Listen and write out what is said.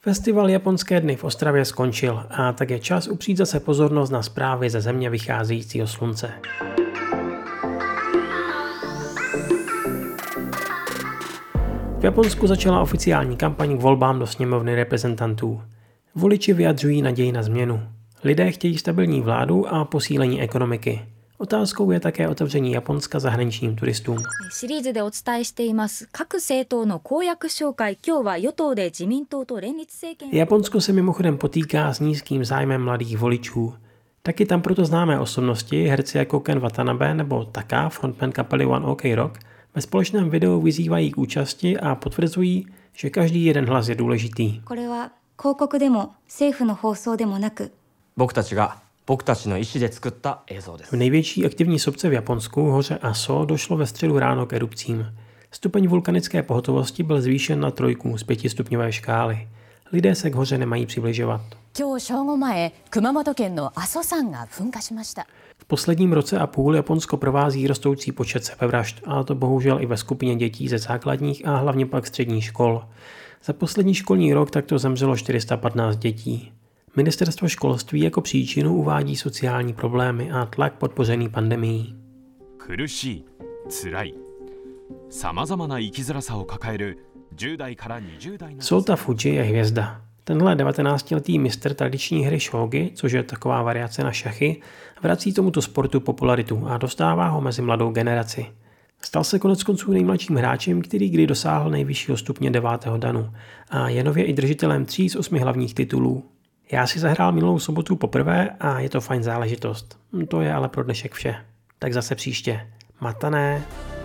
Festival Japonské dny v Ostravě skončil a tak je čas upřít zase pozornost na zprávy ze země vycházejícího slunce. V Japonsku začala oficiální kampaň k volbám do sněmovny reprezentantů. Voliči vyjadřují naději na změnu. Lidé chtějí stabilní vládu a posílení ekonomiky. Otázkou je také otevření Japonska zahraničním turistům. Japonsko se mimochodem potýká s nízkým zájmem mladých voličů. Taky tam proto známé osobnosti, herci jako Ken Watanabe nebo Taka, frontman kapely One OK Rock, ve společném videu vyzývají k účasti a potvrzují, že každý jeden hlas je důležitý. V největší aktivní sopce v Japonsku, hoře Aso, došlo ve středu ráno k erupcím. Stupeň vulkanické pohotovosti byl zvýšen na 3 z 5stupňové škály. Lidé se k hoře nemají přibližovat. V posledním roce a půl Japonsko provází rostoucí počet sebevražd, a to bohužel i ve skupině dětí ze základních a hlavně pak středních škol. Za poslední školní rok takto zemřelo 415 dětí. Ministerstvo školství jako příčinu uvádí sociální problémy a tlak podpořený pandemií. Sota Fuji je hvězda. Tenhle 19letý mistr tradiční hry shogi, což je taková variace na šachy, vrací tomuto sportu popularitu a dostává ho mezi mladou generaci. Stal se koneckonců nejmladším hráčem, který kdy dosáhl nejvyššího stupně 9. danu a je nově i držitelem 3 z 8 hlavních titulů. Já si zahrál minulou sobotu poprvé a je to fajn záležitost. To je ale pro dnešek vše. Tak zase příště. Matané.